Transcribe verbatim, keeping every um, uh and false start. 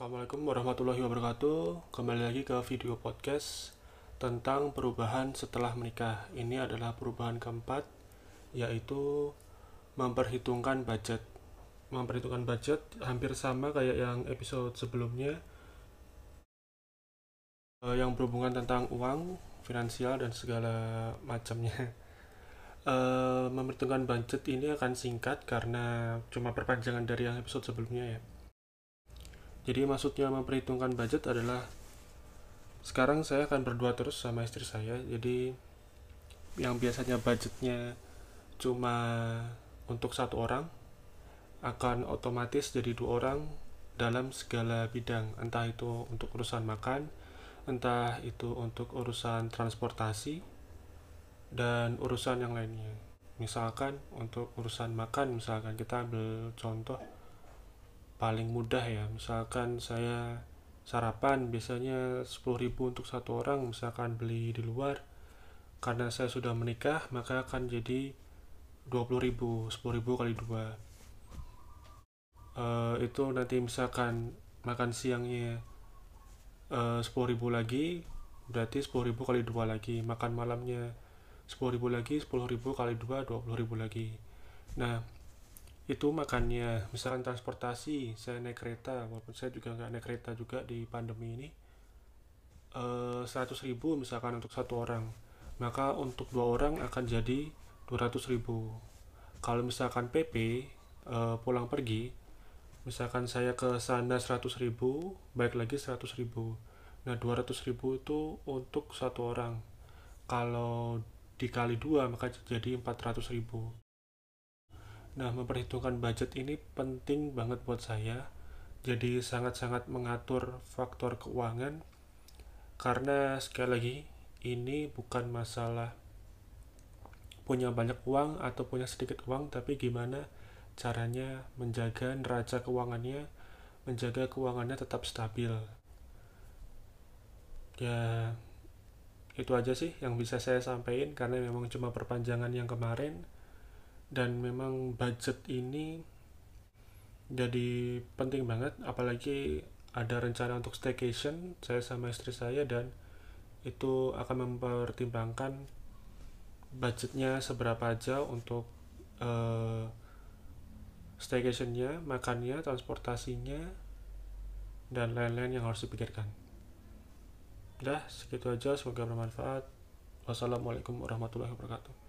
Assalamualaikum warahmatullahi wabarakatuh. Kembali lagi ke video podcast tentang perubahan setelah menikah. Ini adalah perubahan keempat, yaitu memperhitungkan budget. Memperhitungkan budget hampir sama kayak yang episode sebelumnya, eh, yang berhubungan tentang uang, finansial, dan segala macamnya. Eh, memperhitungkan budget ini akan singkat karena cuma perpanjangan dari yang episode sebelumnya ya. Jadi maksudnya memperhitungkan budget adalah sekarang saya akan berdua terus sama istri saya. Jadi yang biasanya budgetnya cuma untuk satu orang akan otomatis jadi dua orang dalam segala bidang, entah itu untuk urusan makan, entah itu untuk urusan transportasi dan urusan yang lainnya. Misalkan untuk urusan makan, misalkan kita ambil contoh paling mudah ya, misalkan saya sarapan biasanya sepuluh ribu untuk satu orang, misalkan beli di luar. Karena saya sudah menikah maka akan jadi dua puluh ribu, sepuluh ribu kali dua. Eh, itu nanti misalkan makan siangnya eh, sepuluh ribu lagi, berarti sepuluh ribu kali dua lagi. Makan malamnya sepuluh ribu lagi, sepuluh ribu kali dua, dua puluh ribu lagi. Nah, itu makannya. Misalkan transportasi, saya naik kereta, walaupun saya juga nggak naik kereta juga di pandemi ini, eh, seratus ribu misalkan untuk satu orang, maka untuk dua orang akan jadi dua ratus ribu. Kalau misalkan P P, eh, pulang pergi, misalkan saya ke sana seratus ribu, baik lagi seratus ribu. Nah, dua ratus ribu itu untuk satu orang. Kalau dikali dua maka jadi empat ratus ribu. Nah, memperhitungkan budget ini penting banget buat saya. Jadi sangat-sangat mengatur faktor keuangan karena sekali lagi ini bukan masalah punya banyak uang atau punya sedikit uang, tapi gimana caranya menjaga neraca keuangannya, menjaga keuangannya tetap stabil. Ya, itu aja sih yang bisa saya sampaikan karena memang cuma perpanjangan yang kemarin, dan memang budget ini jadi penting banget, apalagi ada rencana untuk staycation saya sama istri saya, dan itu akan mempertimbangkan budgetnya seberapa aja untuk uh, staycationnya, makannya, transportasinya, dan lain-lain yang harus dipikirkan. Udah, segitu aja, semoga bermanfaat. Wassalamualaikum warahmatullahi wabarakatuh.